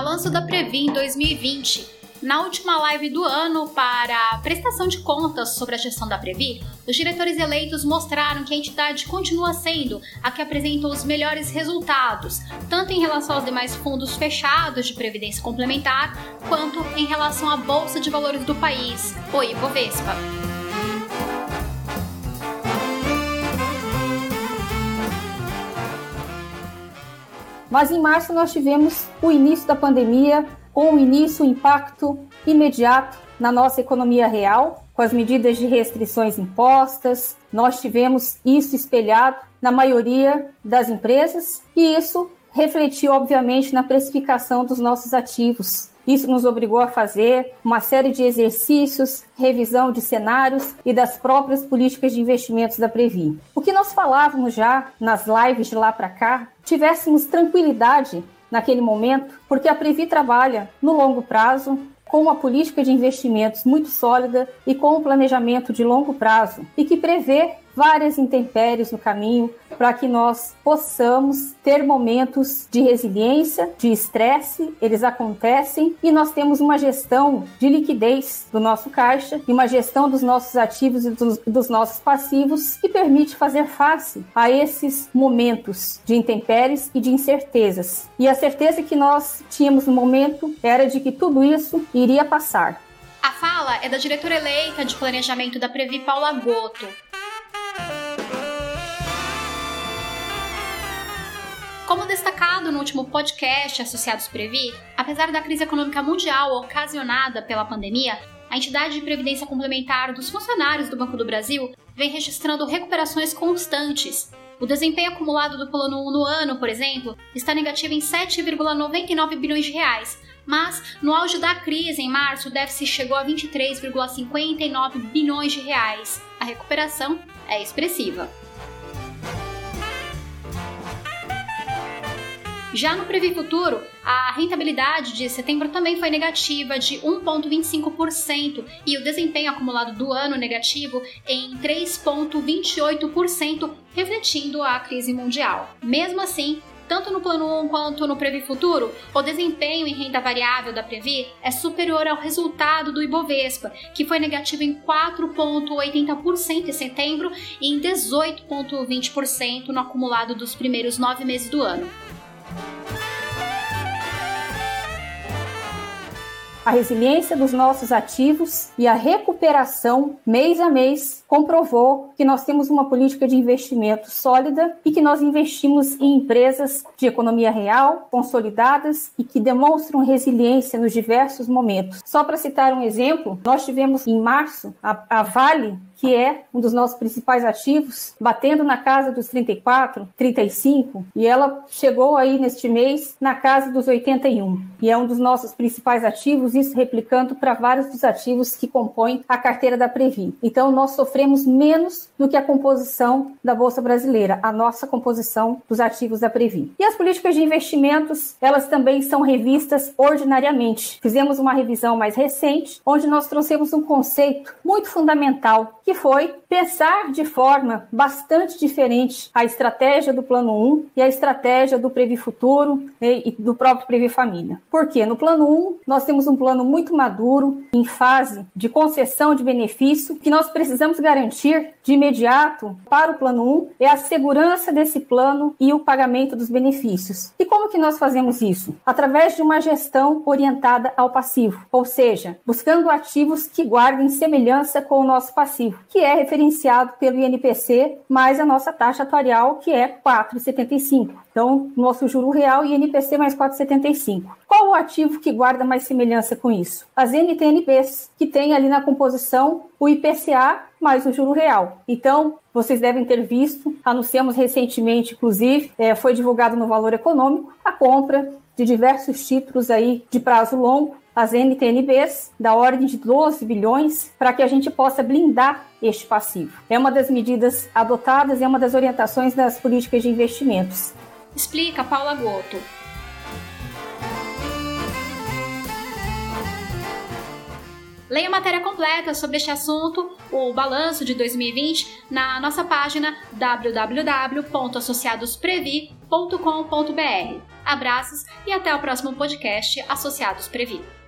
balanço da Previ em 2020. Na última live do ano para a prestação de contas sobre a gestão da Previ, os diretores eleitos mostraram que a entidade continua sendo a que apresenta os melhores resultados, tanto em relação aos demais fundos fechados de previdência complementar, quanto em relação à Bolsa de Valores do país, o Ibovespa. Mas em março nós tivemos o início da pandemia, com o impacto imediato na nossa economia real, com as medidas de restrições impostas. Nós tivemos isso espelhado na maioria das empresas e isso refletiu, obviamente, na precificação dos nossos ativos. Isso nos obrigou a fazer uma série de exercícios, revisão de cenários e das próprias políticas de investimentos da Previ. O que nós falávamos já nas lives de lá para cá, tivéssemos tranquilidade naquele momento, porque a Previ trabalha no longo prazo, com uma política de investimentos muito sólida e com um planejamento de longo prazo e que prevê várias intempéries no caminho para que nós possamos ter momentos de resiliência, de estresse, eles acontecem e nós temos uma gestão de liquidez do nosso caixa e uma gestão dos nossos ativos e dos nossos passivos que permite fazer face a esses momentos de intempéries e de incertezas. E a certeza que nós tínhamos no momento era de que tudo isso iria passar. A fala é da diretora eleita de planejamento da Previ, Paula Gotto. Como destacado no último podcast Associados Previ, apesar da crise econômica mundial ocasionada pela pandemia, a entidade de previdência complementar dos funcionários do Banco do Brasil vem registrando recuperações constantes. O desempenho acumulado do Plano 1 no ano, por exemplo, está negativo em 7,99 bilhões de reais, mas no auge da crise, em março, o déficit chegou a 23,59 bilhões de reais. A recuperação é expressiva. Já no Previ Futuro, a rentabilidade de setembro também foi negativa, de 1,25%, e o desempenho acumulado do ano negativo em 3,28%, refletindo a crise mundial. Mesmo assim, tanto no Plano 1 quanto no Previ Futuro, o desempenho em renda variável da Previ é superior ao resultado do Ibovespa, que foi negativo em 4,80% em setembro e em 18,20% no acumulado dos primeiros 9 meses do ano. A resiliência dos nossos ativos e a recuperação mês a mês comprovou que nós temos uma política de investimento sólida e que nós investimos em empresas de economia real, consolidadas e que demonstram resiliência nos diversos momentos. Só para citar um exemplo, nós tivemos em março a Vale, que é um dos nossos principais ativos, batendo na casa dos 34, 35, e ela chegou aí neste mês na casa dos 81. E é um dos nossos principais ativos, isso replicando para vários dos ativos que compõem a carteira da Previ. Então, nós sofremos menos do que a composição da Bolsa Brasileira, a nossa composição dos ativos da Previ. E as políticas de investimentos, elas também são revistas ordinariamente. Fizemos uma revisão mais recente, onde nós trouxemos um conceito muito fundamental, que foi pensar de forma bastante diferente a estratégia do Plano 1 e a estratégia do Previ Futuro e do próprio Previ Família. Por quê? No Plano 1, nós temos um plano muito maduro, em fase de concessão de benefício, que nós precisamos garantir de imediato para o Plano 1 é a segurança desse plano e o pagamento dos benefícios. E como que nós fazemos isso? Através de uma gestão orientada ao passivo, ou seja, buscando ativos que guardem semelhança com o nosso passivo, que é referenciado pelo INPC, mais a nossa taxa atuarial, que é 4,75. Então, nosso juro real e INPC mais 4,75. Qual o ativo que guarda mais semelhança com isso? As NTNBs, que tem ali na composição o IPCA mais o juro real. Então, vocês devem ter visto, anunciamos recentemente, inclusive, foi divulgado no Valor Econômico, a compra de diversos títulos aí de prazo longo, as NTNBs, da ordem de 12 bilhões, para que a gente possa blindar este passivo. É uma das medidas adotadas, é uma das orientações das políticas de investimentos. Explica Paula Gotto. Leia a matéria completa sobre este assunto, o balanço de 2020, na nossa página www.associadosprevi.com.br. Abraços e até o próximo podcast Associados Previ.